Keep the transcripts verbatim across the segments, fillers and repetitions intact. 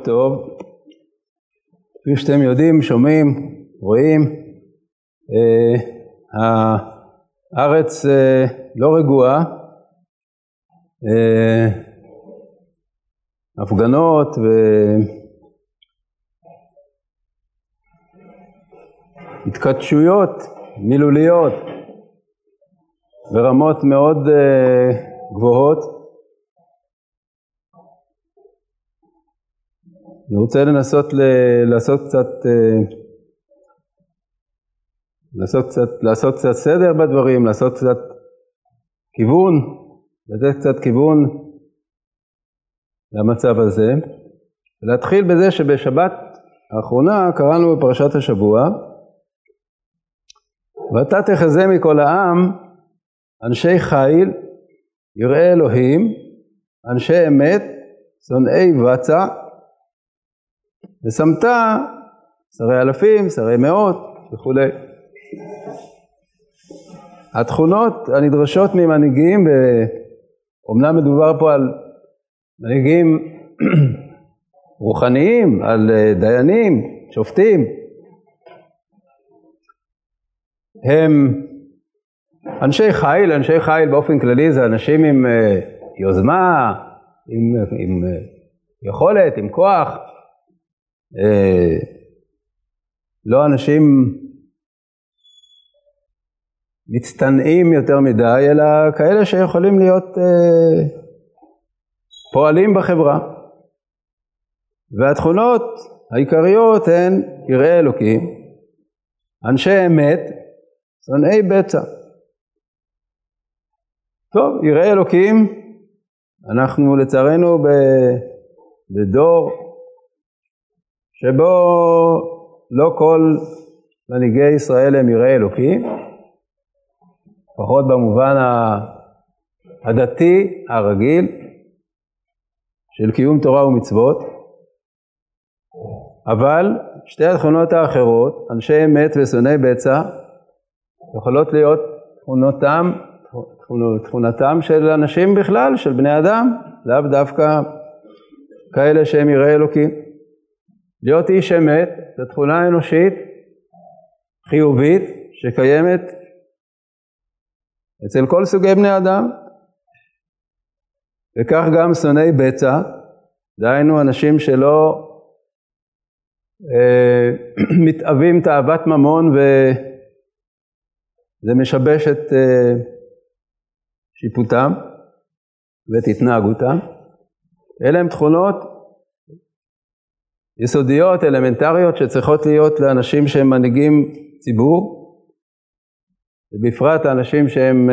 טוב. כפי שאתם יודעים, שומעים, רואים, אה, הארץ אה, לא רגועה, אה, הפגנות והתכתשויות מילוליות ברמות מאוד אה, גבוהות. אני רוצה לנסות ל- לעשות קצת, לעשות קצת, לעשות קצת סדר בדברים, לעשות קצת כיוון, לתת קצת כיוון למצב הזה. ולהתחיל בזה שבשבת האחרונה קראנו בפרשת השבוע, ואתה תחזה מכל העם, אנשי חיל, יראי אלוהים, אנשי אמת, שונאי בצע, ושמת שרי אלפים, שרי מאות וכו'. התכונות הנדרשות ממנהיגים, אומנם מדובר פה על מנהיגים רוחניים, על דיינים, שופטים, הם אנשי חיל. אנשי חיל באופן כללי זה אנשים עם יוזמה, עם, עם יכולת, עם כוח, אה, לא אנשים מצטנעים יותר מדי, אלא כאלה שיכולים להיות אה, פועלים בחברה. והתכונות העיקריות הן יראי אלוקים, אנשי אמת, שונאי בצע. טוב, יראי אלוקים, אנחנו לצערנו בדור שבו לא כל מנהיגי ישראל הם יראי אלוקים, לפחות במובן הדתי הרגיל של קיום תורה ומצוות. אבל שתי התכונות האחרות, אנשי אמת ושונאי בצע, יכולות להיות תכונתם, תכונתם של אנשים בכלל, של בני אדם, לאו דווקא כאלה שהם יראי אלוקים. להיות איש אמת זו תכונה אנושית חיובית שקיימת אצל כל סוגי בני אדם, וכך גם שונאי בצע, דהיינו אנשים שלא אה, מתאווים תאוות ממון וזה משבש את אה, שיפוטם ואת התנהגותם. אלה הם תכונות יסודיות, אלמנטריות, שצריכות להיות לאנשים שהם מנהיגים ציבור, ובפרט האנשים שהם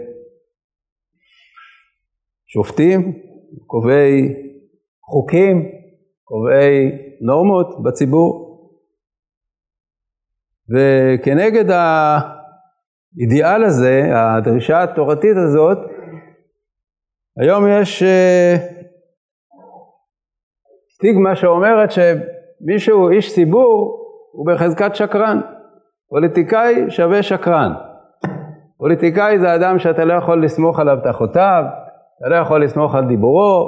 שופטים, קובעי חוקים, קובעי נורמות בציבור. וכנגד האידיאל הזה, הדרישה התורתית הזאת, היום יש סטיגמה שאומרת שמישהו איש ציבור הוא בחזקת שקרן. פוליטיקאי שווה שקרן. פוליטיקאי זה אדם שאתה לא יכול לסמוך על הבטחותיו, אתה לא יכול לסמוך על דיבורו.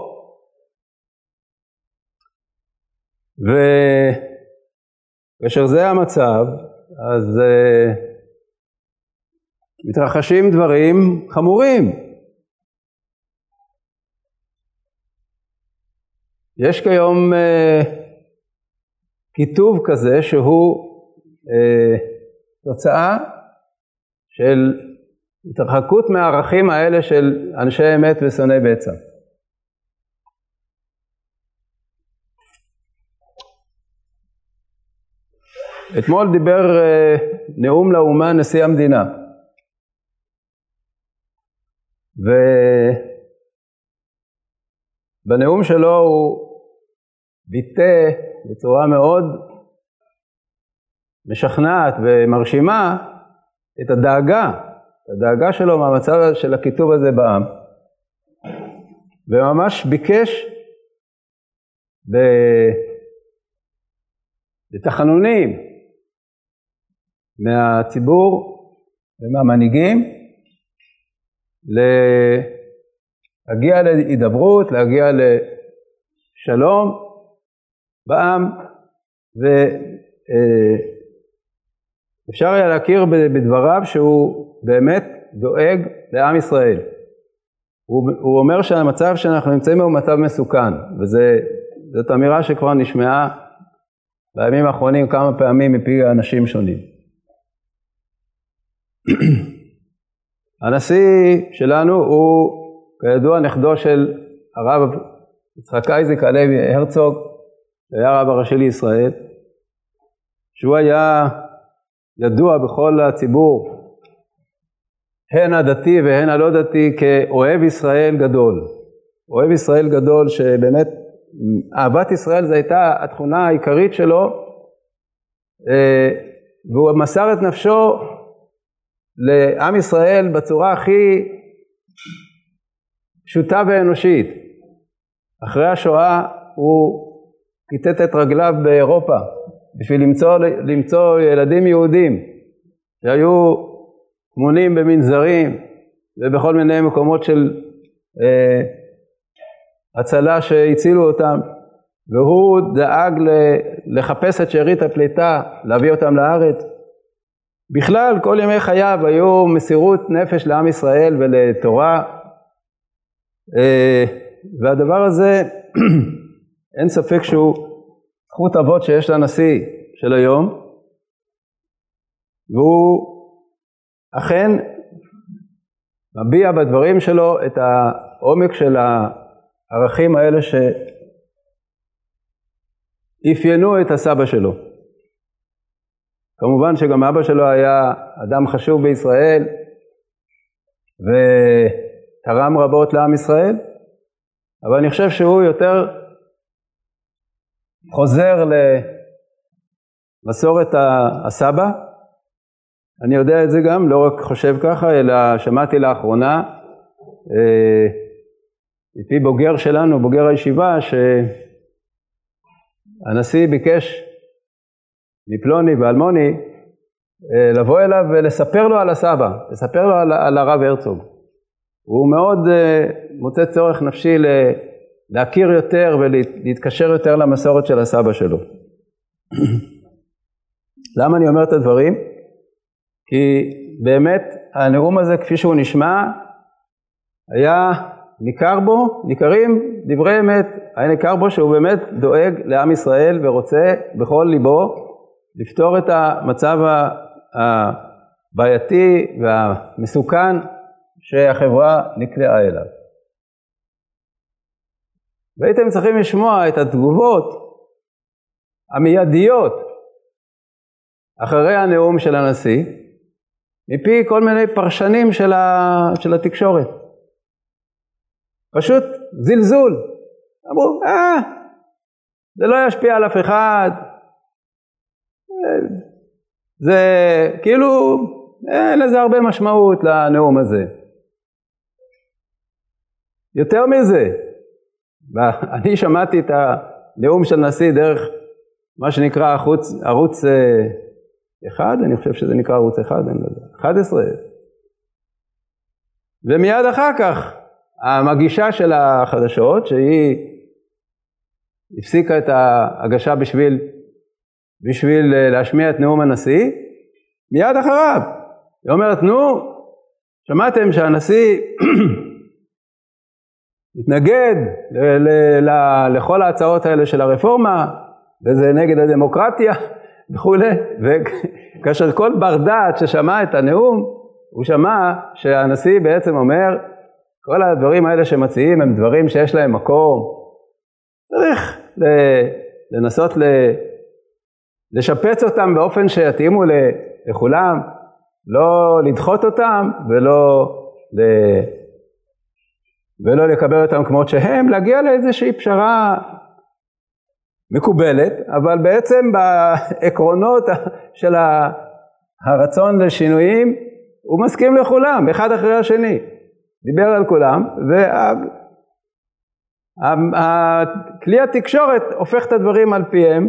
וכאשר זה המצב, אז uh, מתרחשים דברים חמורים. יש כיום uh, כיתוב כזה שהוא uh, תוצאה של התרחקות מהערכים האלה של אנשי אמת ושונאי בצע. אתמול דיבר uh, נאום לאומה נשיא המדינה, ובנאום שלו הוא ביטא בצורה מאוד משכנעת ומרשימה את הדאגה, הדאגה שלו מהמצב של הכיתוב הזה בעם, וממש ביקש בתחנונים מהציבור ומהמנהיגים להגיע להידברות, להגיע לשלום, בעם, ואפשר היה להכיר בדבריו שהוא באמת דואג לעם ישראל. הוא, הוא אומר שהמצב שאנחנו נמצאים הוא מצב מסוכן, וזאת אמירה שכבר נשמעה בימים האחרונים כמה פעמים מפי אנשים שונים. הנשיא שלנו הוא כידוע נכדו של הרב יצחק אייזיק הלוי הרצוג, שהיה הרב הראשי לישראל, שהוא היה ידוע בכל הציבור, הן הדתי והן הלא דתי, כאוהב ישראל גדול. אוהב ישראל גדול שבאמת אהבת ישראל זו הייתה התכונה העיקרית שלו, והוא מסר את נפשו לעם ישראל בצורה הכי פשוטה ואנושית. אחרי השואה הוא קיטט את רגליו באירופה בשביל למצוא, למצוא ילדים יהודים שהיו תמונים במנזרים ובכל מיני מקומות של אה, הצלה שהצילו אותם, והוא דאג לחפש את שארית הפליטה, להביא אותם לארץ. בכלל כל ימי חייו היו מסירות נפש לעם ישראל ולתורה, אה, והדבר הזה אין ספק שהוא זכות אבות שיש לנשיא של היום, והוא אכן מביע בדברים שלו את העומק של הערכים האלה שאפיינו את הסבא שלו. כמובן שגם אבא שלו היה אדם חשוב בישראל ותרם רבות לעם ישראל, אבל אני חושב שהוא יותר חוזר למסורת הסבא. אני יודע את זה גם, לא רק חושב ככה, אלא שמעתי לאחרונה מפי בוגר שלנו, בוגר הישיבה, שהנשיא ביקש מפלוני ואלמוני לבוא אליו ולספר לו על הסבא, לספר לו על, על הרב הרצוג. הוא מאוד מוצא צורך נפשי להכיר יותר ולהתקשר יותר למסורת של הסבא שלו. למה אני אומר את הדברים? כי באמת הנאום הזה כפי שהוא נשמע, היה ניכר בו, ניכרים דברי אמת, היה ניכר בו שהוא באמת דואג לעם ישראל ורוצה בכל ליבו לפתור את המצב הבעייתי והמסוכן שהחברה נקלעה אליו. והייתם צריכים לשמוע את התגובות המיידיות אחרי הנאום של הנשיא, מפי כל מיני פרשנים של, ה... של התקשורת. פשוט זלזול. אמרו, אה, זה לא ישפיע על אף אחד. זה כאילו, אין לזה הרבה משמעות לנאום הזה. יותר מזה, אני שמעתי את הנאום של נשיא דרך מה שנקרא ערוץ, ערוץ אחד, אני חושב שזה נקרא ערוץ אחד, אני לא יודע, אחד עשרה. ומיד אחר כך, המגישה של החדשות, שהיא הפסיקה את ההגשה בשביל, בשביל להשמיע את נאום הנשיא, מיד אחריו, היא אומרת, נו, שמעתם שהנשיא התנגד ל- ל- ל- לכל ההצעות האלה של הרפורמה, וזה נגד הדמוקרטיה וכו'. וכאשר כל בר דעת ששמע את הנאום, הוא שמע שהנשיא בעצם אומר, כל הדברים האלה שמציעים הם דברים שיש להם מקום. צריך לנסות לשפץ אותם באופן שיתאימו לכולם, לא לדחות אותם ולא, ולא לקבל אותם כמות שהם, להגיע לאיזושהי פשרה מקובלת, אבל בעצם בעקרונות של הרצון לשינויים, הוא מסכים לכולם, אחד אחרי השני. דיבר על כולם, וכלי התקשורת הופך את הדברים על פיהם.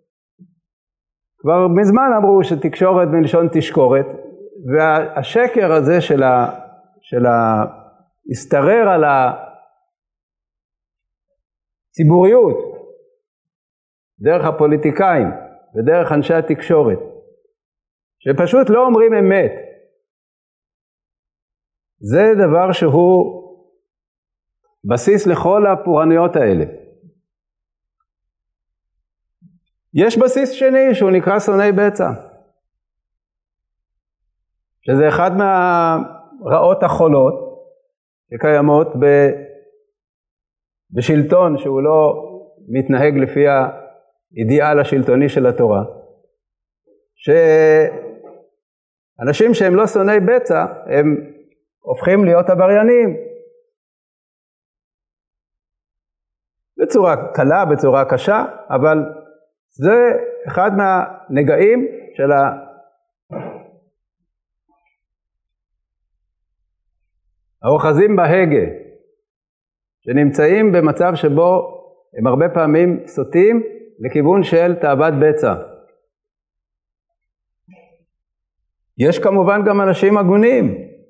כבר מזמן אמרו שתקשורת מלשון תשקורת, והשקר הזה של ה... של ה... הסתרר על הציבוריות, דרך הפוליטיקאים ודרך אנשי התקשורת, שפשוט לא אומרים אמת. זה דבר שהוא בסיס לכל הפורענויות האלה. יש בסיס שני שהוא נקרא שונאי בצע, שזה אחד מהרעות החולות שקיימות ב... בשלטון שהוא לא מתנהג לפי האידיאל השלטוני של התורה, שאנשים שהם לא שונאי בצע הם הופכים להיות עבריינים בצורה קלה, בצורה קשה, אבל זה אחד מהנגעים של ה... האוחזים בהגה, שנמצאים במצב שבו הם הרבה פעמים סוטים לכיוון של תאוות בצע. יש כמובן גם אנשים הגונים,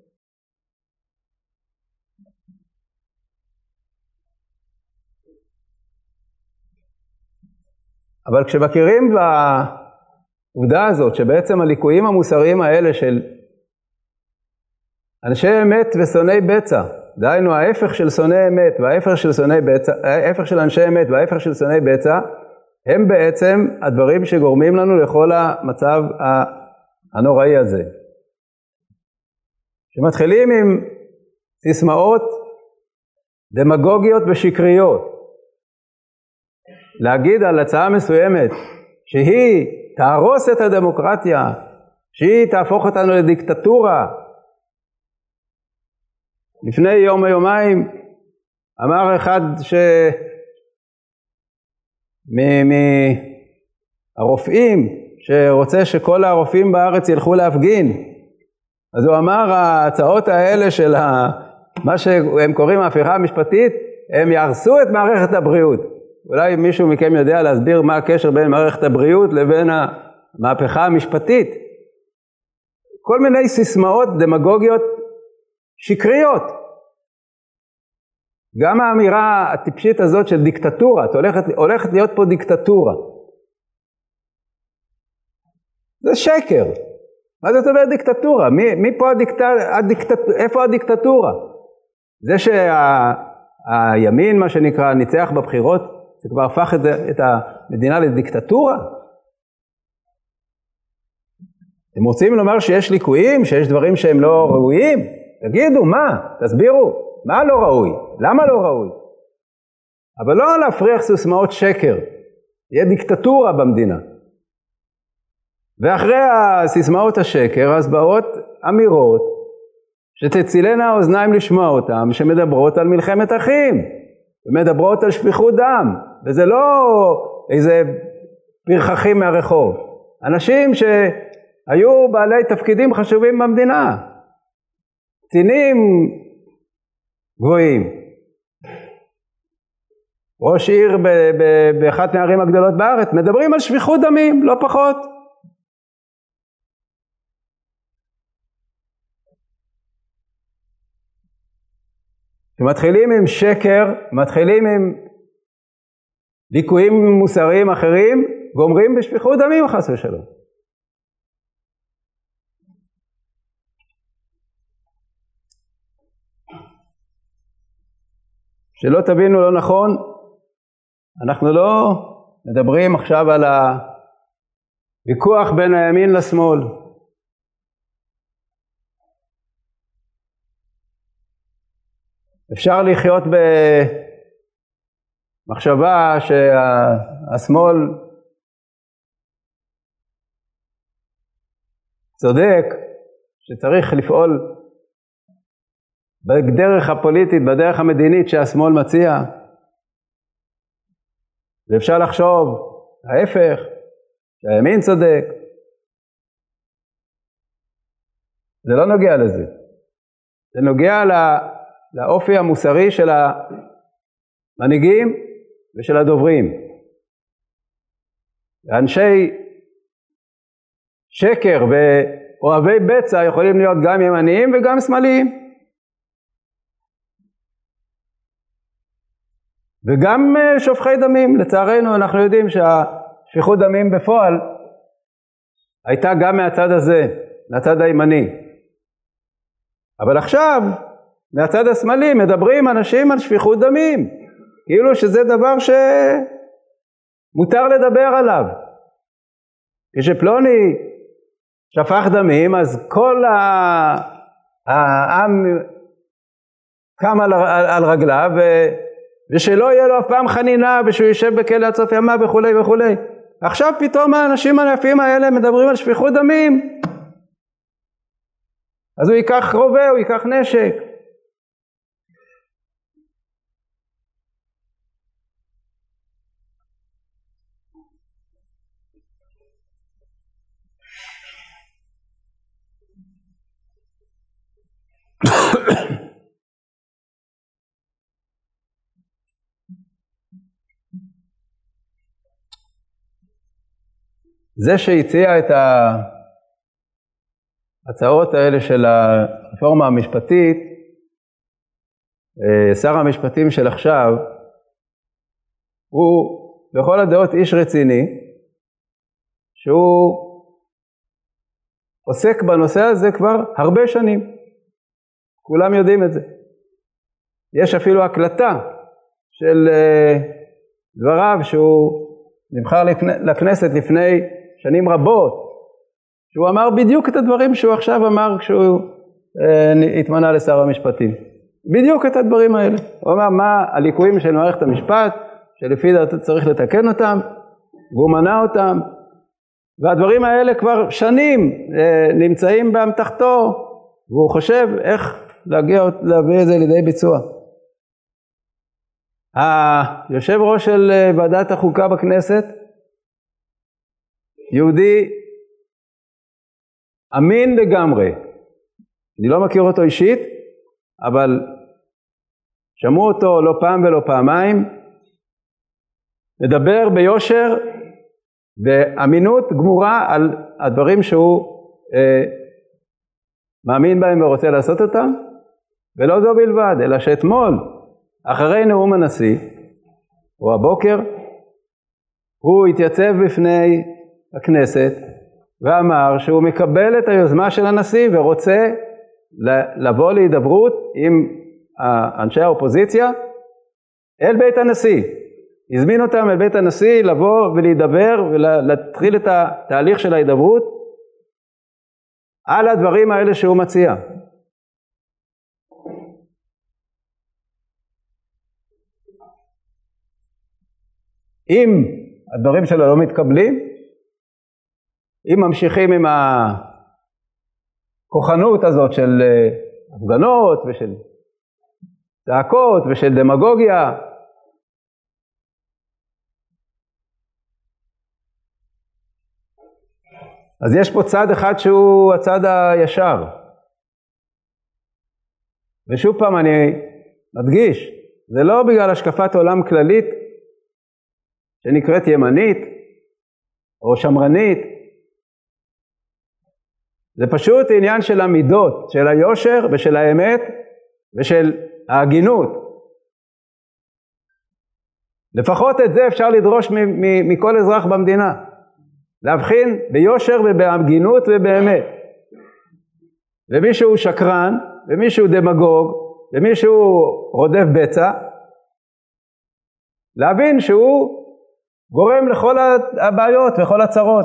אבל כשמכירים בעובדה הזאת שבעצם הליקויים המוסריים האלה של אנשי אמת ושונאי בצע, דהיינו ההפך של שונאי אמת וההפך של שונאי בצע, ההפך של אנשי אמת וההפך של שונאי בצע, הם בעצם הדברים שגורמים לנו לכל המצב הנוראי הזה. שמתחילים עם סיסמאות דמגוגיות ושקריות, להגיד על הצעה מסוימת שהיא תהרוס את הדמוקרטיה, שהיא תהפוך אותנו לדיקטטורה. לפני יום היומיים אמר אחד ש... מהרופאים שרוצה שכל הרופאים בארץ ילכו להפגין, אז הוא אמר ההצעות האלה של ה... מה שהם קוראים ההפיכה המשפטית, הם יהרסו את מערכת הבריאות. אולי מישהו מכם יודע להסביר מה הקשר בין מערכת הבריאות לבין המהפכה המשפטית. כל מיני סיסמאות דמגוגיות שקריות. גם האמירה הטיפשית הזאת של דיקטטורה, הולכת, הולכת להיות פה דיקטטורה. זה שקר. מה זאת אומרת דיקטטורה? מי, מי פה הדיקט... הדיקטט... איפה הדיקטטורה? זה שהימין, מה שנקרא, ניצח בבחירות, זה כבר הפך את, את המדינה לדיקטטורה? אתם רוצים לומר שיש ליקויים, שיש דברים שהם לא ראויים? תגידו, מה? תסבירו. מה לא ראוי? למה לא ראוי? אבל לא להפריח סיסמאות שקר. יהיה דיקטטורה במדינה. ואחרי הסיסמאות השקר, אז באות אמירות שתצילנה האוזניים לשמוע אותם, שמדברות על מלחמת אחים, ומדברות על שפיכות דם, וזה לא איזה פרחחים מהרחוב. אנשים שהיו בעלי תפקידים חשובים במדינה, קצינים גבוהים, ראש עיר באחת מהערים הגדולות בארץ, מדברים על שפיכות דמים, לא פחות. מתחילים עם שקר, מתחילים עם ליקויים מוסריים אחרים, גומרים בשפיכות דמים חס ושלום. שלא תבינו לא נכון, אנחנו לא מדברים עכשיו על הוויכוח בין הימין לשמאל. אפשר לחיות במחשבה שהשמאל צודק, שצריך לפעול בדרך הפוליטית, בדרך המדינית שהשמאל מציע. ואפשר לחשוב ההפך, שהימין צודק. זה לא נוגע לזה. זה נוגע לאופי המוסרי של המנהיגים ושל הדוברים. אנשי שקר ואוהבי בצע יכולים להיות גם ימניים וגם שמאליים. וגם שופכי דמים. לצערנו אנחנו יודעים שהרוב שפיכות דמים בפועל הייתה גם מהצד הזה, מהצד הימני. אבל עכשיו, מהצד השמאלי, מדברים אנשים על שפיכות דמים, כאילו שזה דבר שמותר לדבר עליו. כשפלוני שפך דמים, אז כל העם קם על, על, על רגליו, ו, ושלא יהיה לו אף פעם חנינה, ושהוא יישב בכלא עד סוף ימיו וכו' וכו'. עכשיו פתאום האנשים היפים האלה מדברים על שפיכות דמים. אז הוא ייקח רובה, הוא ייקח נשק. זה שהציע את ההצעות האלה של הרפורמה המשפטית, שר המשפטים של עכשיו, הוא בכל הדעות איש רציני, שהוא עוסק בנושא הזה כבר הרבה שנים. כולם יודעים את זה. יש אפילו הקלטה של דבריו שהוא נבחר לכנסת לפני שנים רבות, שהוא אמר בדיוק את הדברים שהוא עכשיו אמר כשהוא אה, התמנה לשר המשפטים. בדיוק את הדברים האלה. הוא אמר מה הליקויים של מערכת המשפט, שלפי דעתו צריך לתקן אותם, והוא מנע אותם. והדברים האלה כבר שנים אה, נמצאים באמתחתו, והוא חושב איך להגיע, להביא את זה לידי ביצוע. היושב ראש של ועדת החוקה בכנסת, יהודי אמין לגמרי. אני לא מכיר אותו אישית, אבל שמעו אותו לא פעם ולא פעמיים, מדבר ביושר, באמינות גמורה על הדברים שהוא אה, מאמין בהם ורוצה לעשות אותם, ולא זו בלבד, אלא שאתמול, אחרי נאום הנשיא, או הבוקר, הוא התייצב בפני הכנסת, ואמר שהוא מקבל את היוזמה של הנשיא, ורוצה לבוא להידברות עם אנשי האופוזיציה, אל בית הנשיא. הזמין אותם אל בית הנשיא לבוא ולהידבר, ולהתחיל את התהליך של ההידברות, על הדברים האלה שהוא מציע. אם הדברים שלו לא מתקבלים, אם ממשיכים עם הכוחנות הזאת של הפגנות ושל צעקות ושל דמגוגיה, אז יש פה צד אחד שהוא הצד הישר. ושוב פעם אני מדגיש, זה לא בגלל השקפת עולם כללית שנקראת ימנית או שמרנית, זה פשוט עניין של המידות, של היושר ושל האמת ושל ההגינות. לפחות את זה אפשר לדרוש מכל אזרח במדינה. להבחין ביושר ובהגינות ובאמת. ומישהו שקרן, ומישהו דמגוג, ומישהו רודף בצע, להבין שהוא גורם לכל הבעיות וכל הצרות.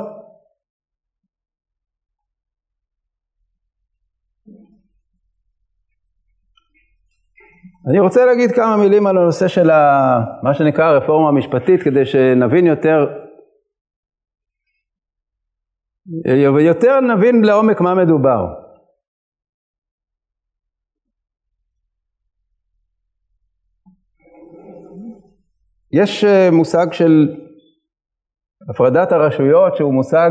אני רוצה להגיד כמה מילים על הנושא של מה שנקרא הרפורמה המשפטית, כדי שנבין יותר, ויותר נבין לעומק מה מדובר. יש מושג של הפרדת הרשויות שהוא מושג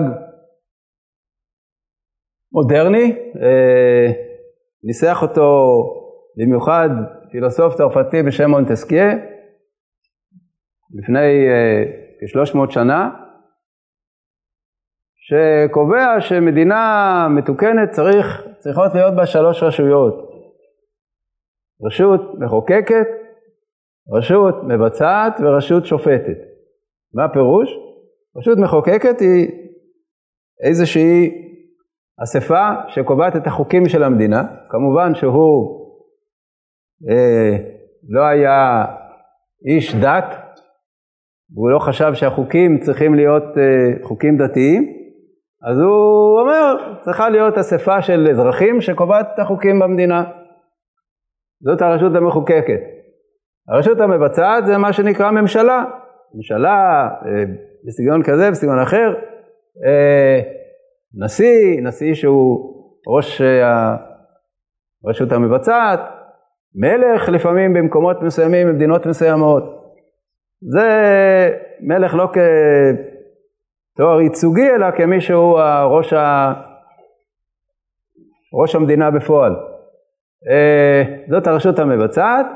מודרני, ניסח אותו במיוחד פילוסוף צרפתי בשם מונטסקיה לפני כ-שלוש מאות שנה, שקובע שמדינה מתוקנת צריך, צריכות להיות בה שלוש רשויות. רשות מחוקקת, רשות מבצעת ורשות שופטת. מה הפירוש? רשות מחוקקת היא איזושהי אספה שקובעת את החוקים של המדינה. כמובן שהוא אה, לא היה איש דת, והוא לא חשב שהחוקים צריכים להיות אה, חוקים דתיים, אז הוא אומר, צריכה להיות אספה של אזרחים שקובעת את החוקים במדינה. זאת הרשות המחוקקת. הרשות המבצעת זה מה שנקרא ממשלה. ממשלה אה, בסגנון כזה, בסגנון אחר, אה, נשיא, נשיא שהוא ראש הרשות המבצעת, מלך לפעמים במקומות מסוימים, במדינות מסוימות. זה מלך לא כתואר ייצוגי, אלא כמישהו ראש, ה... ראש המדינה בפועל. זאת הרשות המבצעת,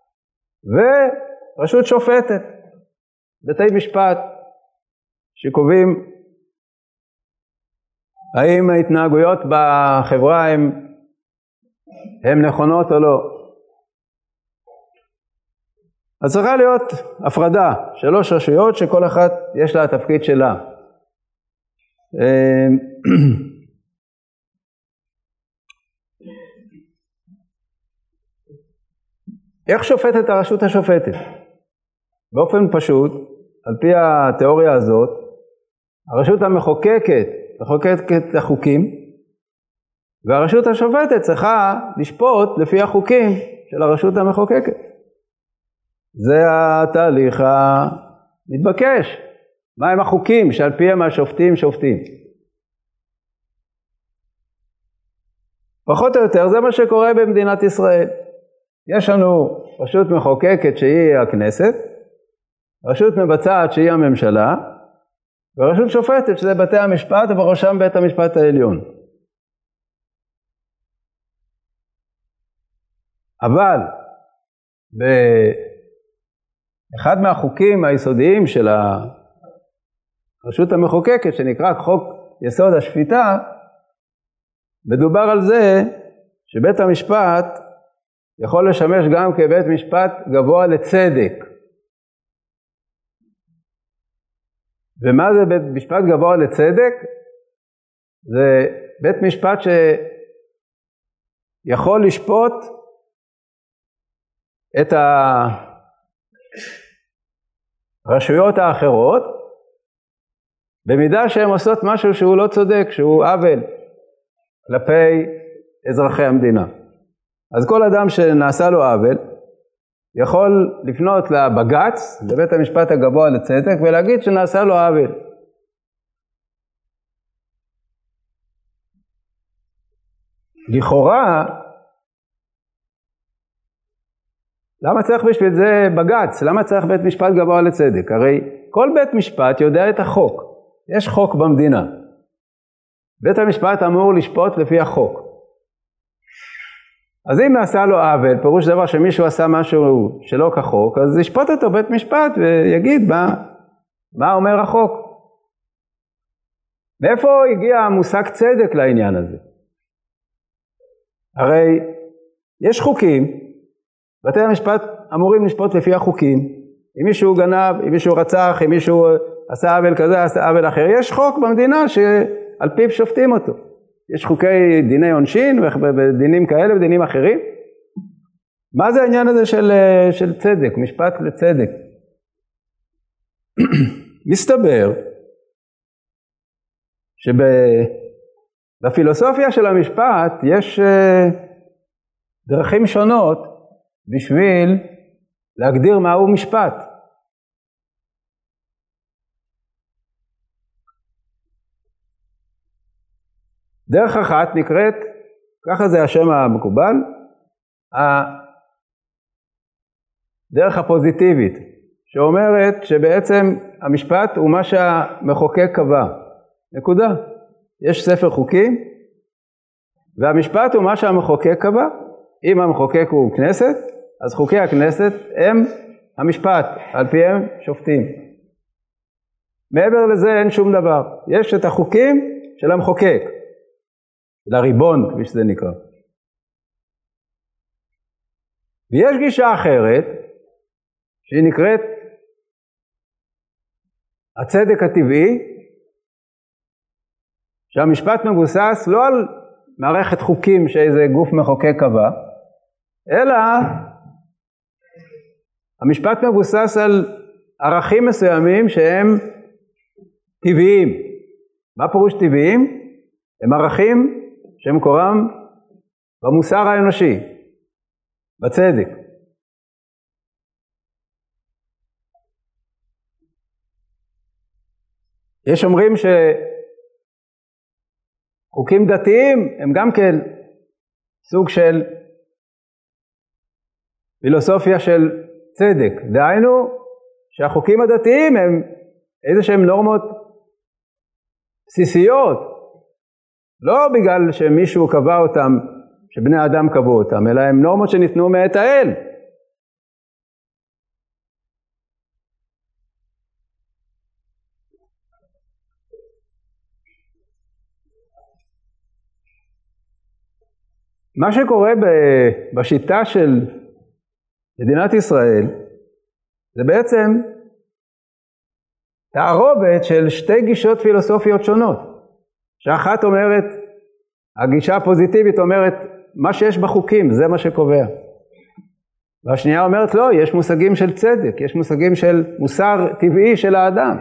ורשות שופטת, בתי משפט, שקובעים האם ההתנהגויות בחברה הן, הן נכונות או לא. אז צריכה להיות הפרדה, שלוש רשויות שכל אחת יש לה התפקיד שלה. איך שופטת הרשות השופטת? באופן פשוט, על פי התיאוריה הזאת, הרשות המחוקקת מחוקקת את החוקים, והרשות השופטת צריכה לשפוט לפי החוקים של הרשות המחוקקת. זה התהליך המתבקש. מהם החוקים שעל פיהם השופטים שופטים? פחות או יותר זה מה שקורה במדינת ישראל. יש לנו רשות מחוקקת שהיא הכנסת, רשות מבצעת שהיא הממשלה, ורשות שופטת שזה בתי המשפט ובראשם בית המשפט העליון. אבל באחד מהחוקים היסודיים של הרשות המחוקקת, שנקרא חוק יסוד השפיטה, מדובר על זה שבית המשפט יכול לשמש גם כבית משפט גבוה לצדק. ומה זה בית משפט גבוה לצדק? זה בית משפט שיכול לשפוט את הרשויות האחרות, במידה שהן עושות משהו שהוא לא צודק, שהוא עוול כלפי אזרחי המדינה. אז כל אדם שנעשה לו עוול, יכול לפנות לבג"ץ, לבית המשפט הגבוה לצדק, ולהגיד שנעשה לו עוול. לכאורה, למה צריך בשביל זה בג"ץ? למה צריך בית משפט גבוה לצדק? הרי כל בית משפט יודע את החוק. יש חוק במדינה. בית המשפט אמור לשפוט לפי החוק. אז אם נעשה לו עוול, פירוש דבר שמישהו עשה משהו שלא כחוק, אז ישפוט אותו בית משפט ויגיד מה, מה אומר החוק. מאיפה הגיע המושג צדק לעניין הזה? הרי יש חוקים, בתי המשפט אמורים לשפוט לפי החוקים. אם מישהו גנב, אם מישהו רצח, אם מישהו עשה עוול כזה, עשה עוול אחר, יש חוק במדינה שעל פיו שופטים אותו. יש חוקי דיני עונשין ודינים כאלה ודינים אחרים. מה זה העניין הזה של, של צדק, משפט לצדק? מסתבר שבפילוסופיה של המשפט יש דרכים שונות בשביל להגדיר מהו משפט. דרך אחת נקראת, ככה זה השם המקובל, הדרך הפוזיטיבית, שאומרת שבעצם המשפט הוא מה שהמחוקק קבע. נקודה. יש ספר חוקים, והמשפט הוא מה שהמחוקק קבע. אם המחוקק הוא כנסת, אז חוקי הכנסת הם המשפט, על פיהם שופטים. מעבר לזה אין שום דבר. יש את החוקים של המחוקק. לריבון, כפי שזה נקרא. ויש גישה אחרת, שהיא נקראת הצדק הטבעי, שהמשפט מבוסס לא על מערכת חוקים שאיזה גוף מחוקק קבע, אלא המשפט מבוסס על ערכים מסוימים שהם טבעיים. מה פירוש טבעיים? הם ערכים שמקורם במוסר האנושי, בצדק. יש אומרים שחוקים דתיים הם גם כן סוג של פילוסופיה של צדק. דהיינו שהחוקים הדתיים הם איזה שהם נורמות בסיסיות, לא בגלל שמישהו קבע אותם, שבני אדם קבעו אותם, אלא הם נורמות שניתנו מאת האל. מה שקורה בשיטה של מדינת ישראל, זה בעצם תערובת של שתי גישות פילוסופיות שונות. שאחת אומרת, הגישה הפוזיטיבית אומרת, מה שיש בחוקים, זה מה שקובע. והשנייה אומרת, לא, יש מושגים של צדק, יש מושגים של מוסר טבעי של האדם.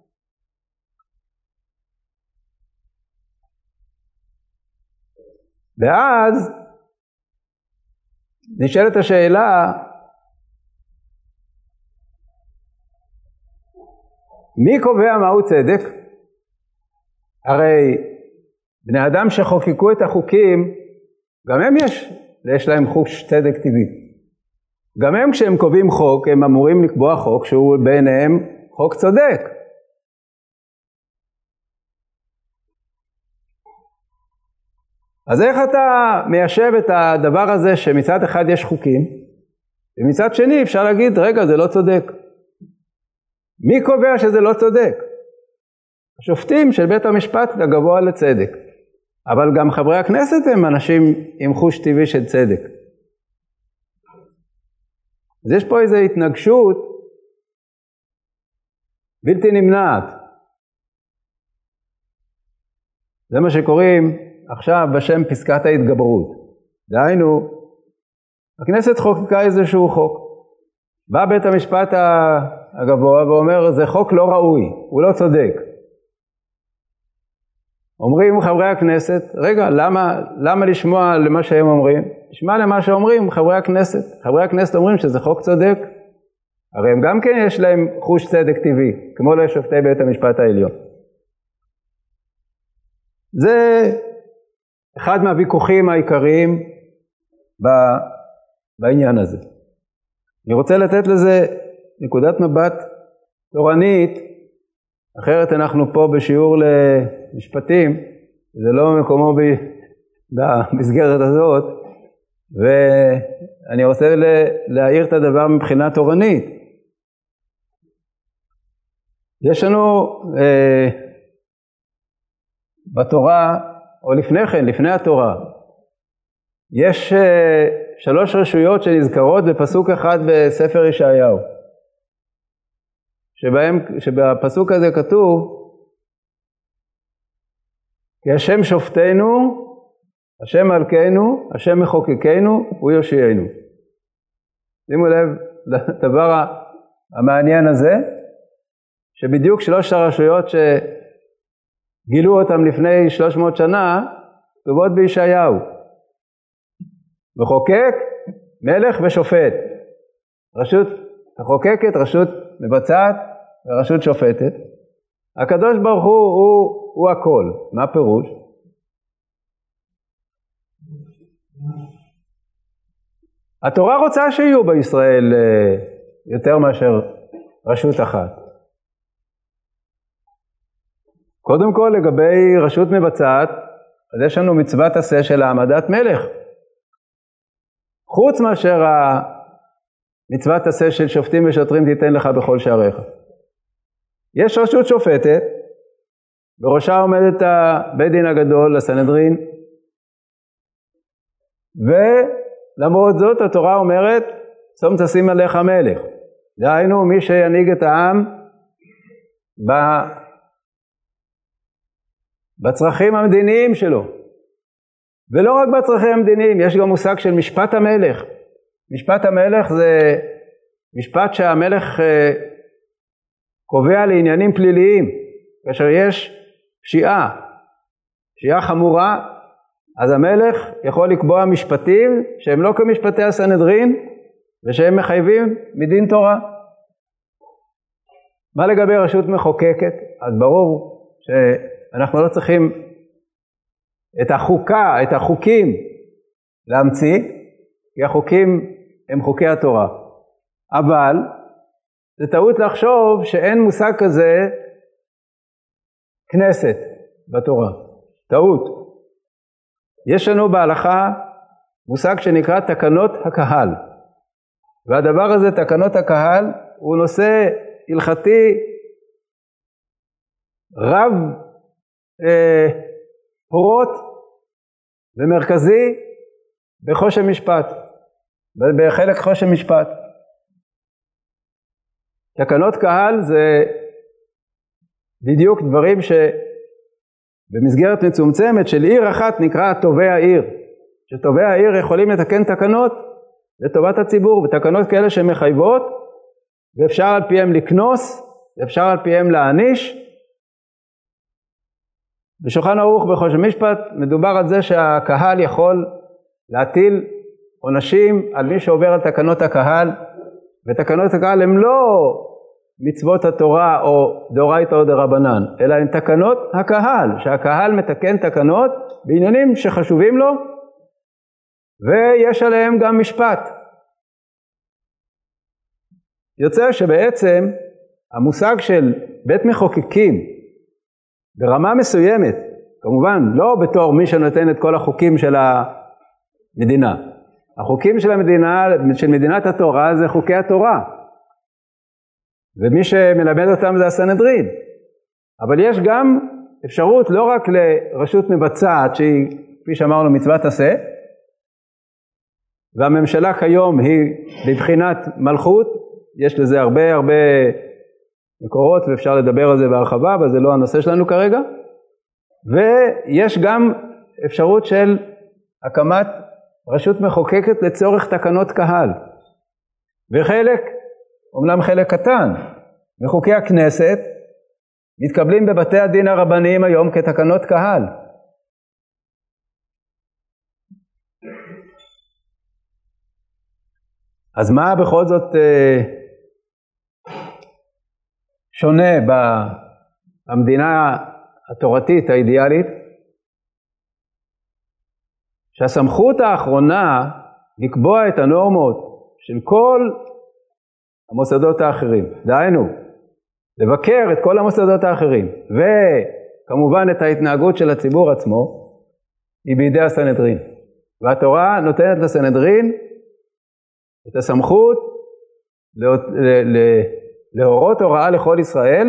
ואז נשאלת השאלה, מי קובע מהו צדק? הרי בני אדם שחוקקו את החוקים, גם הם יש, יש להם חוש צדק טבעי. גם הם כשהם קובעים חוק, הם אמורים לקבוע חוק שהוא ביניהם חוק צודק. אז איך אתה מיישב את הדבר הזה שמצד אחד יש חוקים, ומצד שני אפשר להגיד, רגע, זה לא צודק. מי קובע שזה לא צודק? השופטים של בית המשפט הגבוה לצדק. אבל גם חברי הכנסת הם אנשים עם חוש טבעי של צדק. אז יש פה איזו התנגשות בלתי נמנעת. זה מה שקוראים עכשיו בשם פסקת ההתגברות. דהיינו, הכנסת חוקקה איזשהו חוק. בא בית המשפט הגבוה ואומר, זה חוק לא ראוי, הוא לא צודק. אומרים חברי הכנסת, רגע, למה, למה לשמוע למה שהם אומרים? לשמע למה שאומרים חברי הכנסת. חברי הכנסת אומרים שזה חוק צודק. הרי הם גם כן יש להם חוש צדק טבעי, כמו לשופטי בית המשפט העליון. זה אחד מהוויכוחים העיקריים בעניין הזה. אני רוצה לתת לזה נקודת מבט תורנית, אחרת אנחנו פה בשיעור למשפטים, זה לא מקומו במסגרת הזאת, ואני רוצה להעיר את הדבר מבחינה תורנית. יש לנו אה, בתורה, או לפני כן, לפני התורה, יש אה, שלוש רשויות שנזכרות בפסוק אחד בספר ישעיהו. שבהם, שבפסוק הזה כתוב, כי השם שופטנו, השם מלכנו, השם מחוקקנו, הוא יושיענו. שימו לב לדבר המעניין הזה, שבדיוק שלוש הרשויות שגילו אותם לפני שלוש מאות שנה, כתובות בישעיהו. מחוקק, מלך ושופט. רשות מחוקקת, רשות מבצעת ורשות שופטת. הקדוש ברוך הוא הוא, הוא הכל. מה פירוש? התורה רוצה שיהיו בישראל יותר מאשר רשות אחת. קודם כל לגבי רשות מבצעת, אז יש לנו מצוות עשה של העמדת מלך. חוץ מאשר המצוות עשה של שופטים ושוטרים תיתן לך בכל שעריך. יש רשות שופטת, בראשה עומדת הבית דין הגדול, הסנהדרין, ולמרות זאת התורה אומרת, שום תשים עליך מלך. דהיינו, מי שינהיג את העם, בצרכים המדיניים שלו. ולא רק בצרכים המדיניים, יש גם מושג של משפט המלך. משפט המלך זה משפט שהמלך קובע לעניינים פליליים. כאשר יש פשיעה, פשיעה חמורה, אז המלך יכול לקבוע משפטים שהם לא כמשפטי הסנהדרין, ושהם מחייבים מדין תורה. מה לגבי רשות מחוקקת? אז ברור שאנחנו לא צריכים את החוקה, את החוקים להמציא, כי החוקים הם חוקי התורה. אבל זה טעות לחשוב שאין מושג כזה כנסת בתורה. טעות. יש לנו בהלכה מושג שנקרא תקנות הקהל. והדבר הזה, תקנות הקהל, הוא נושא הלכתי רב אה, פורות ומרכזי בחושן משפט, בחלק חושן משפט. תקנות קהל זה בדיוק דברים שבמסגרת מצומצמת של עיר אחת נקרא טובי העיר, שטובי העיר יכולים לתקן תקנות לטובת הציבור, ותקנות כאלה שמחייבות, ואפשר על פיהם לקנוס, ואפשר על פיהם להעניש. בשולחן ערוך בחושן משפט מדובר על זה שהקהל יכול להטיל עונשים על מי שעובר על תקנות הקהל, ותקנות הקהל הם לא מצוות התורה או דאורייתא או דרבנן, אלא הן תקנות הקהל, שהקהל מתקן תקנות בעניינים שחשובים לו, ויש עליהם גם משפט. יוצא שבעצם המושג של בית מחוקקים ברמה מסוימת, כמובן לא בתור מי שנותן את כל החוקים של המדינה. החוקים של המדינה, של מדינת התורה, זה חוקי התורה. ומי שמלמד אותם זה הסנהדרין. אבל יש גם אפשרות לא רק לרשות מבצעת, שהיא, כפי שאמרנו, מצוות עשה, והממשלה כיום היא בבחינת מלכות, יש לזה הרבה הרבה מקורות ואפשר לדבר על זה בהרחבה, אבל זה לא הנושא שלנו כרגע. ויש גם אפשרות של הקמת רשות מחוקקת לצורך תקנות קהל. וחלק, אומנם חלק קטן, מחוקי הכנסת מתקבלים בבתי הדין הרבניים היום כתקנות קהל. אז מה בכל זאת אה, שונה במדינה התורתית האידיאלית? שהסמכות האחרונה לקבוע את הנורמות של כל המוסדות האחרים, דהיינו, לבקר את כל המוסדות האחרים, וכמובן את ההתנהגות של הציבור עצמו, היא בידי הסנהדרין. והתורה נותנת לסנהדרין את הסמכות להורות הוראה לכל ישראל,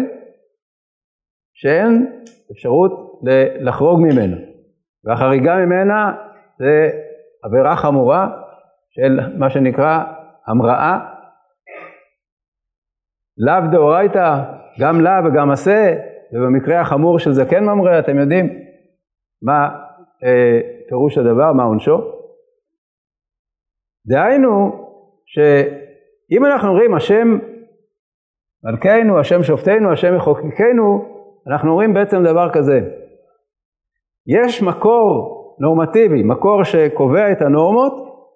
שאין אפשרות לחרוג ממנה. והחריגה ממנה זה עבירה חמורה של מה שנקרא המראה. לאו דאורייתא, גם לאו וגם עשה, ובמקרה החמור של זקן ממרא, אתם יודעים מה אה, פירוש הדבר, מה עונשו. דהיינו, שאם אנחנו אומרים השם מלכנו, השם שופטנו, השם מחוקקנו, אנחנו אומרים בעצם דבר כזה. יש מקור נורמטיבי, מקור שקובע את הנורמות,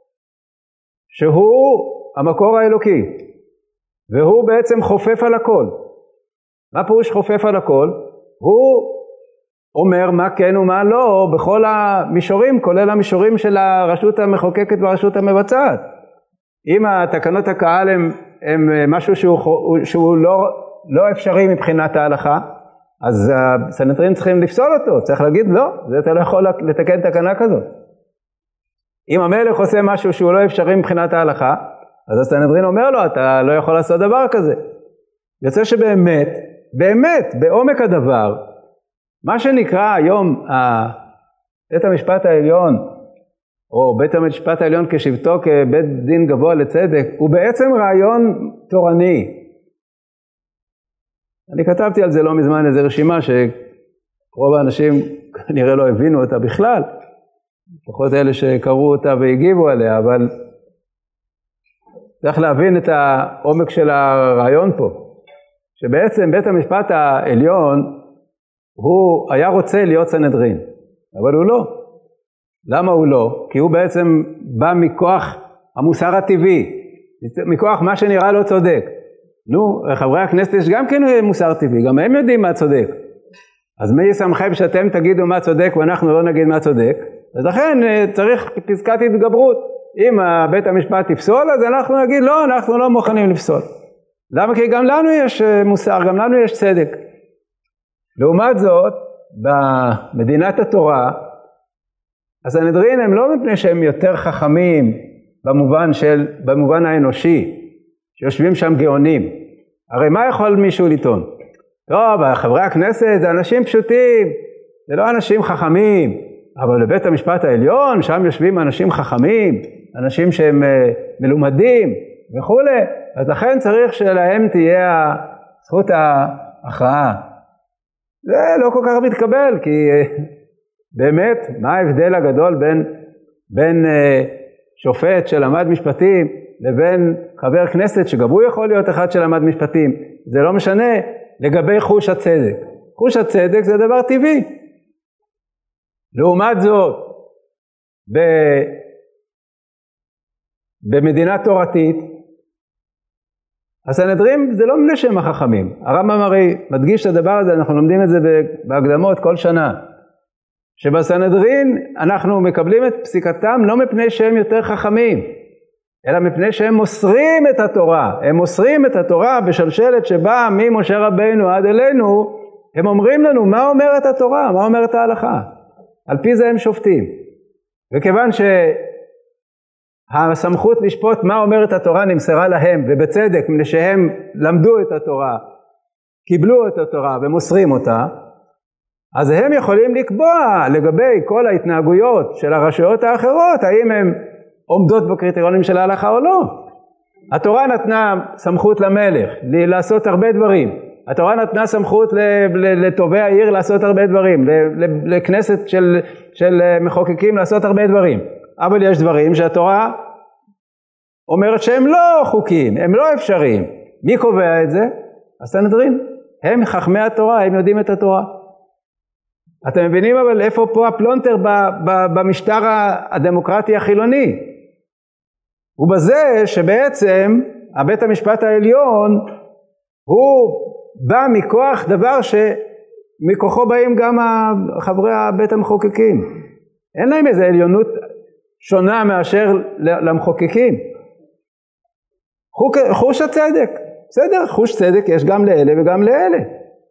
שהוא המקור האלוקי, והוא בעצם חופף על הכל. מה פירוש חופף על הכל? הוא אומר מה כן ומה לא בכל המישורים, כולל המישורים של הרשות המחוקקת והרשות המבצעת. אם התקנות הקהל הם, הם משהו שהוא, שהוא לא, לא אפשרי מבחינת ההלכה, אז הסנהדרין צריכים לפסול אותו, צריך להגיד לא, זה אתה לא יכול לתקן תקנה כזאת. אם המלך עושה משהו שהוא לא אפשרי מבחינת ההלכה, אז הסנהדרין אומר לו, אתה לא יכול לעשות דבר כזה. יוצא שבאמת, באמת, בעומק הדבר, מה שנקרא היום בית המשפט העליון, או בית המשפט העליון כשבטו כבית דין גבוה לצדק, הוא בעצם רעיון תורני. אני כתבתי על זה לא מזמן איזו רשימה שרוב האנשים כנראה לא הבינו אותה בכלל, לפחות אלה שקראו אותה והגיבו עליה, אבל צריך להבין את העומק של הרעיון פה, שבעצם בית המשפט העליון הוא היה רוצה להיות סנהדרין, אבל הוא לא. למה הוא לא? כי הוא בעצם בא מכוח המוסר הטבעי, מכוח מה שנראה לא צודק. נו, חברי הכנסת יש גם כן מוסר טבעי, גם הם יודעים מה צודק. אז מי ישמחם שאתם תגידו מה צודק ואנחנו לא נגיד מה צודק? אז לכן צריך פסקת התגברות. אם בית המשפט יפסול, אז אנחנו נגיד לא, אנחנו לא מוכנים לפסול. למה? כי גם לנו יש מוסר, גם לנו יש צדק. לעומת זאת, במדינת התורה, הסנהדרין הם לא מפני שהם יותר חכמים במובן של, במובן האנושי, שיושבים שם גאונים. הרי מה יכול מישהו לטעון? טוב, חברי הכנסת זה אנשים פשוטים, זה לא אנשים חכמים, אבל בבית המשפט העליון, שם יושבים אנשים חכמים, אנשים שהם מלומדים וכו'. אז לכן צריך שלהם תהיה זכות ההכרעה. זה לא כל כך מתקבל, כי באמת, מה ההבדל הגדול בין, בין שופט שלמד משפטים לבין חבר כנסת שגם הוא יכול להיות אחד שלמד משפטים? זה לא משנה לגבי חוש הצדק. חוש הצדק זה דבר טבעי. לעומת זאת, ב, במדינה תורתית, הסנהדרין זה לא מפני שהם החכמים. הרמב"ם הרי מדגיש את הדבר הזה, אנחנו לומדים את זה בהקדמות כל שנה. שבסנהדרין אנחנו מקבלים את פסיקתם לא מפני שהם יותר חכמים, אלא מפני שהם מוסרים את התורה. הם מוסרים את התורה בשלשלת שבאה ממשה רבינו עד אלינו, הם אומרים לנו מה אומרת התורה, מה אומרת ההלכה. על פי זה הם שופטים. וכיוון שהסמכות לשפוט מה אומרת התורה נמסרה להם, ובצדק, מפני שהם למדו את התורה, קיבלו את התורה ומוסרים אותה, אז הם יכולים לקבוע לגבי כל ההתנהגויות של הרשויות האחרות, האם הן עומדות בקריטריונים של ההלכה או לא. התורה נתנה סמכות למלך לעשות הרבה דברים. התורה נתנה סמכות לטובי העיר לעשות הרבה דברים, לכנסת של, של מחוקקים לעשות הרבה דברים. אבל יש דברים שהתורה אומרת שהם לא חוקיים, הם לא אפשריים. מי קובע את זה? הסנהדרין. הם חכמי התורה, הם יודעים את התורה. אתם מבינים אבל איפה פה הפלונטר במשטר הדמוקרטי החילוני? ובזה שבעצם הבית המשפט העליון הוא בא מכוח דבר שמכוחו באים גם חברי בית המחוקקים. אין להם איזו עליונות שונה מאשר למחוקקים. חוש הצדק, בסדר, חוש צדק יש גם לאלה וגם לאלה.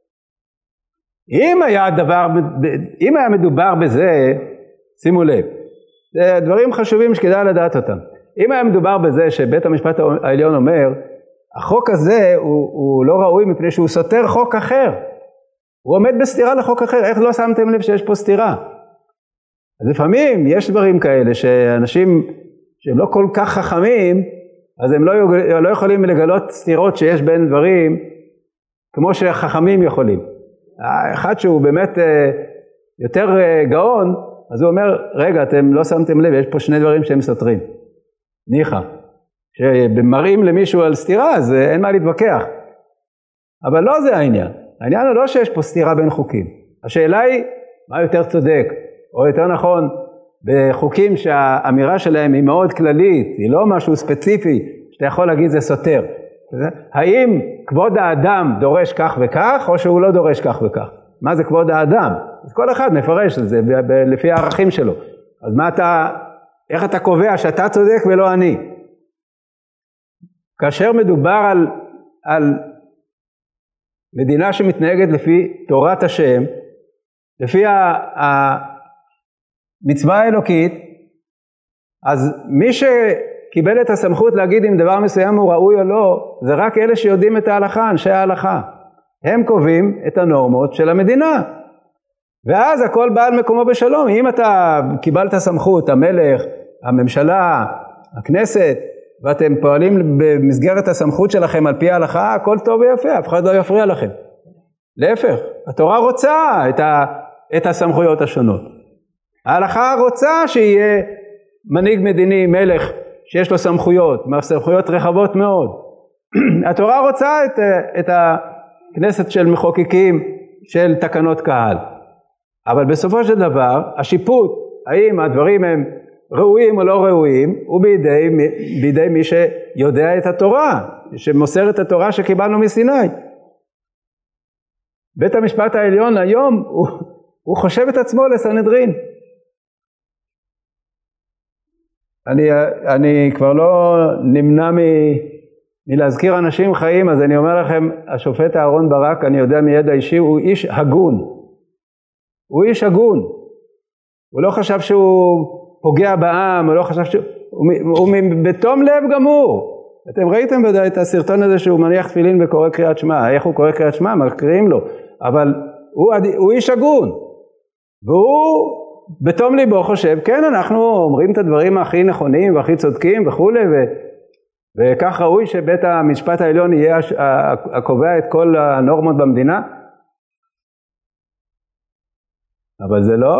אם היה דבר, אם היה מדובר בזה, שימו לב, זה דברים חשובים שכדאי לדעת אותם. אם היה מדובר בזה שבית המשפט העליון אומר, החוק הזה הוא, הוא לא ראוי מפני שהוא סותר חוק אחר. הוא עומד בסתירה לחוק אחר. איך לא שמתם לב שיש פה סתירה? אז לפעמים יש דברים כאלה שאנשים שהם לא כל כך חכמים, אז הם לא, לא יכולים לגלות סתירות שיש בין דברים כמו שחכמים יכולים. אחד שהוא באמת יותר גאון, אז הוא אומר, רגע, אתם לא שמתם לב, יש פה שני דברים שהם סותרים. ניחא. שמראים למישהו על סתירה, אז אין מה להתווכח. אבל לא זה העניין. העניין הוא לא שיש פה סתירה בין חוקים. השאלה היא, מה יותר צודק? או יותר נכון, בחוקים שהאמירה שלהם היא מאוד כללית, היא לא משהו ספציפי, שאתה יכול להגיד זה סותר. האם כבוד האדם דורש כך וכך, או שהוא לא דורש כך וכך? מה זה כבוד האדם? אז כל אחד מפרש את זה לפי הערכים שלו. אז מה אתה, איך אתה קובע שאתה צודק ולא אני? כאשר מדובר על, על מדינה שמתנהגת לפי תורת השם, לפי המצווה האלוקית, אז מי שקיבל את הסמכות להגיד אם דבר מסוים הוא ראוי או לא, זה רק אלה שיודעים את ההלכה, אנשי ההלכה. הם קובעים את הנורמות של המדינה. ואז הכל בא על מקומו בשלום. אם אתה קיבלת סמכות, המלך, הממשלה, הכנסת, ואתם פועלים במסגרת הסמכות שלכם על פי ההלכה, הכל טוב ויפה, אף אחד לא יפריע לכם. להפך, התורה רוצה את, ה, את הסמכויות השונות. ההלכה רוצה שיהיה מנהיג מדיני, מלך, שיש לו סמכויות, סמכויות רחבות מאוד. התורה רוצה את, את הכנסת של מחוקקים, של תקנות קהל. אבל בסופו של דבר, השיפוט, האם הדברים הם ראויים או לא ראויים, הוא בידי, בידי מי שיודע את התורה, שמוסר את התורה שקיבלנו מסיני. בית המשפט העליון היום, הוא, הוא חושב את עצמו לסנהדרין. אני, אני כבר לא נמנע מ, מלהזכיר אנשים חיים, אז אני אומר לכם, השופט אהרון ברק, אני יודע מידע אישי, הוא איש הגון. הוא איש הגון. הוא לא חשב שהוא פוגע בעם, הוא לא חשב שהוא... הוא, הוא בתום לב גמור. אתם ראיתם בדי את הסרטון הזה שהוא מניח תפילין וקורא קריאת שמע. איך הוא קורא קריאת שמע? מקריאים לו. אבל הוא, הוא איש הגון. והוא בתום ליבו חושב, כן, אנחנו אומרים את הדברים הכי נכונים והכי צודקים וכו' ו... וכך ראוי שבית המשפט העליון יהיה הקובע את כל הנורמות במדינה. אבל זה לא,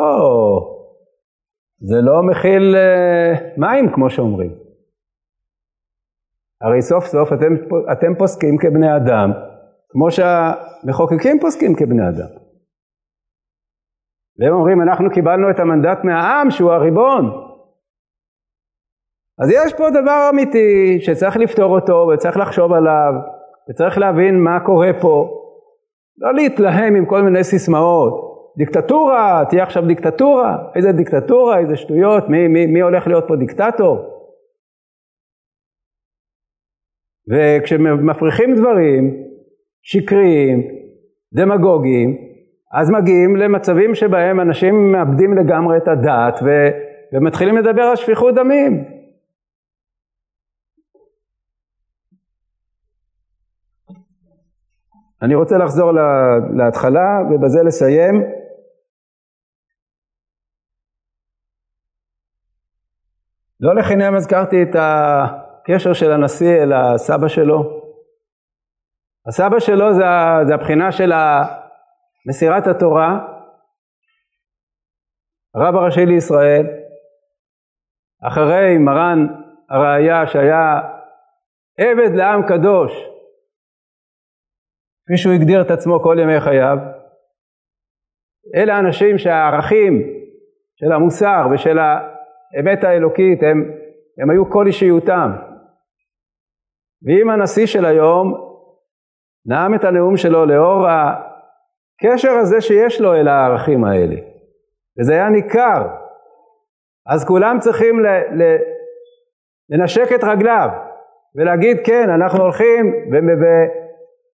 זה לא מכיל מים כמו שאומרים. הרי סוף סוף אתם, אתם פוסקים כבני אדם, כמו שהמחוקקים פוסקים כבני אדם. והם אומרים, אנחנו קיבלנו את המנדט מהעם שהוא הריבון. אז יש פה דבר אמיתי שצריך לפתור אותו וצריך לחשוב עליו וצריך להבין מה קורה פה. לא להתלהם עם כל מיני סיסמאות. דיקטטורה, תהיה עכשיו דיקטטורה. איזה דיקטטורה, איזה שטויות, מי, מי, מי הולך להיות פה דיקטטור? וכשמפריחים דברים שקריים, דמגוגיים, אז מגיעים למצבים שבהם אנשים מאבדים לגמרי את הדעת ו, ומתחילים לדבר על שפיכות דמים. אני רוצה לחזור להתחלה ובזה לסיים. לא לחינם הזכרתי את הקשר של הנשיא אל הסבא שלו. הסבא שלו זה, זה הבחינה של מסירת התורה. הרב הראשי לישראל, אחרי מרן הראיה שהיה עבד לעם קדוש, כפי שהוא הגדיר את עצמו כל ימי חייו, אלה האנשים שהערכים של המוסר ושל האמת האלוקית הם, הם היו כל אישיותם. ואם הנשיא של היום נאם את הנאום שלו לאור הקשר הזה שיש לו אל הערכים האלה, וזה היה ניכר, אז כולם צריכים ל, ל, לנשק את רגליו ולהגיד כן, אנחנו הולכים ו...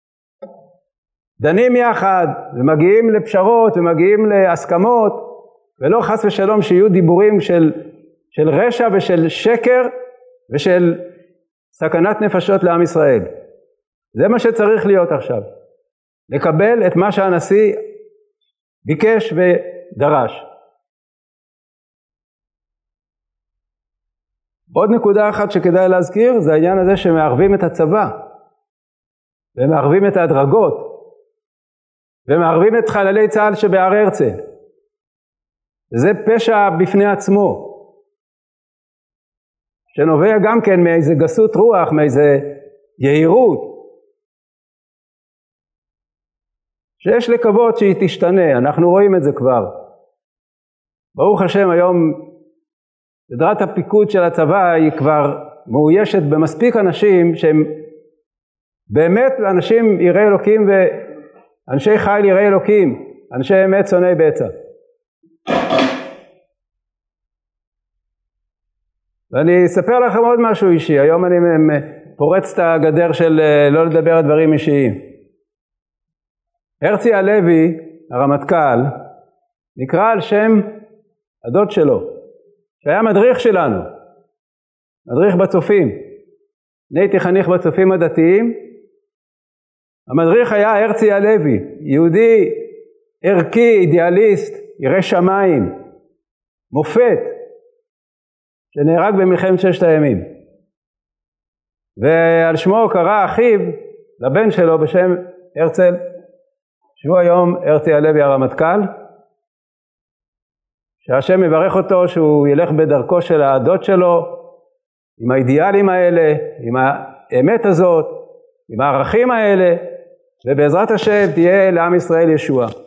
דנים יחד ומגיעים לפשרות ומגיעים להסכמות, ולא חס ושלום שיהיו דיבורים של, של רשע ושל שקר ושל סכנת נפשות לעם ישראל. זה מה שצריך להיות עכשיו. לקבל את מה שהנשיא ביקש ודרש. עוד נקודה אחת שכדאי להזכיר, זה העניין הזה שמערבים את הצבא, ומערבים את ההדרגות, ומערבים את חללי צה"ל שבהר הרצל. זה פשע בפני עצמו, שנובע גם כן מאיזה גסות רוח, מאיזה יהירות, שיש לקוות שהיא תשתנה. אנחנו רואים את זה כבר. ברוך השם, היום סדרת הפיקוד של הצבא היא כבר מאוישת במספיק אנשים שהם באמת אנשים יראי אלוקים ואנשי חיל יראי אלוקים, אנשי אמת שונאי בצע. ואני אספר לכם עוד משהו אישי. היום אני פורץ את הגדר של לא לדבר על דברים אישיים. הרצי הלוי, הרמטכ"ל, נקרא על שם הדוד שלו, שהיה מדריך שלנו, מדריך בצופים. אני הייתי חניך בצופים הדתיים. המדריך היה הרצי הלוי, יהודי ערכי, אידיאליסט, ירא שמיים, מופת, שנהרג במלחמת ששת הימים. ועל שמו קרא אחיו לבן שלו בשם הרצל, שהוא היום הרצי הלוי הרמטכ"ל, שהשם מברך אותו שהוא ילך בדרכו של העדות שלו, עם האידיאלים האלה, עם האמת הזאת, עם הערכים האלה, ובעזרת השם תהיה לעם ישראל ישועה.